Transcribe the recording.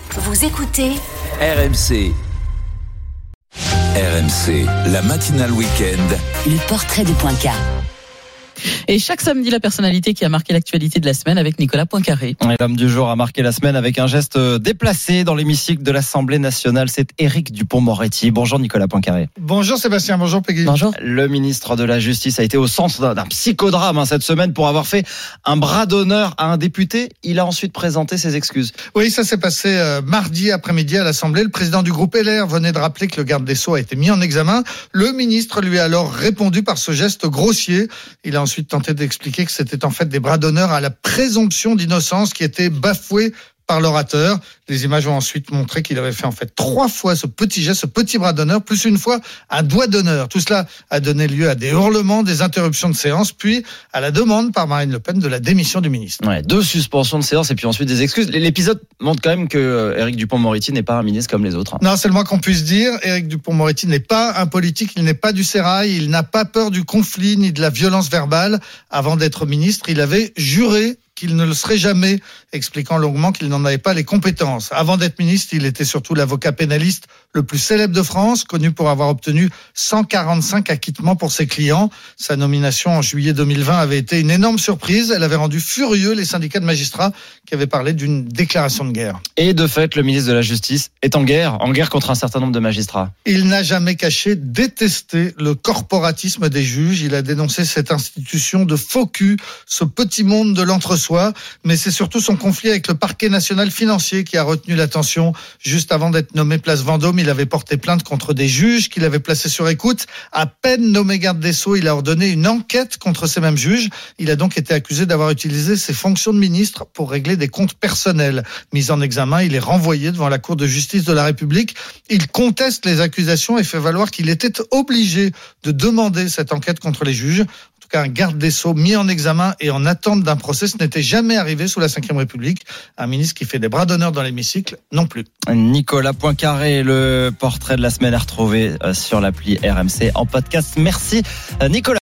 Vous écoutez RMC. RMC, la matinale week-end. Le portrait de Poincaré. Et chaque samedi, la personnalité qui a marqué l'actualité de la semaine avec Nicolas Poincaré. Et l'homme du jour a marqué la semaine avec un geste déplacé dans l'hémicycle de l'Assemblée nationale. C'est Éric Dupond-Moretti. Bonjour Nicolas Poincaré. Bonjour Sébastien, bonjour Peggy. Bonjour. Le ministre de la Justice a été au centre d'un psychodrame cette semaine pour avoir fait un bras d'honneur à un député. Il a ensuite présenté ses excuses. Oui, ça s'est passé mardi après-midi à l'Assemblée. Le président du groupe LR venait de rappeler que le garde des Sceaux a été mis en examen. Le ministre lui a alors répondu par ce geste grossier. Il a ensuite tenté d'expliquer que c'était en fait des bras d'honneur à la présomption d'innocence qui était bafouée par l'orateur. Les images ont ensuite montré qu'il avait fait en fait 3 fois ce petit geste, ce petit bras d'honneur, plus une fois un doigt d'honneur. Tout cela a donné lieu à des hurlements, des interruptions de séance, puis à la demande par Marine Le Pen de la démission du ministre. Ouais, 2 suspensions de séance et puis ensuite des excuses. L'épisode montre quand même que Éric Dupond-Moretti n'est pas un ministre comme les autres. Non, c'est le moins qu'on puisse dire. Éric Dupond-Moretti n'est pas un politique, il n'est pas du sérail, il n'a pas peur du conflit ni de la violence verbale. Avant d'être ministre, il avait juré qu'il ne le serait jamais, expliquant longuement qu'il n'en avait pas les compétences. Avant d'être ministre, il était surtout l'avocat pénaliste le plus célèbre de France, connu pour avoir obtenu 145 acquittements pour ses clients. Sa nomination en juillet 2020 avait été une énorme surprise. Elle avait rendu furieux les syndicats de magistrats qui avaient parlé d'une déclaration de guerre. Et de fait, le ministre de la Justice est en guerre contre un certain nombre de magistrats. Il n'a jamais caché détester le corporatisme des juges. Il a dénoncé cette institution de faux cul, ce petit monde de l'entre-soi. Mais c'est surtout son conflit avec le parquet national financier qui a retenu l'attention. Juste avant d'être nommé place Vendôme, il avait porté plainte contre des juges qu'il avait placés sur écoute. À peine nommé garde des Sceaux, il a ordonné une enquête contre ces mêmes juges. Il a donc été accusé d'avoir utilisé ses fonctions de ministre pour régler des comptes personnels. Mis en examen, il est renvoyé devant la Cour de justice de la République. Il conteste les accusations et fait valoir qu'il était obligé de demander cette enquête contre les juges. En tout cas, un garde des Sceaux mis en examen et en attente d'un procès, ce n'était jamais arrivé sous la Ve République. Un ministre qui fait des bras d'honneur dans l'hémicycle, non plus. Nicolas Poincaré, le portrait de la semaine est retrouvé sur l'appli RMC en podcast. Merci Nicolas.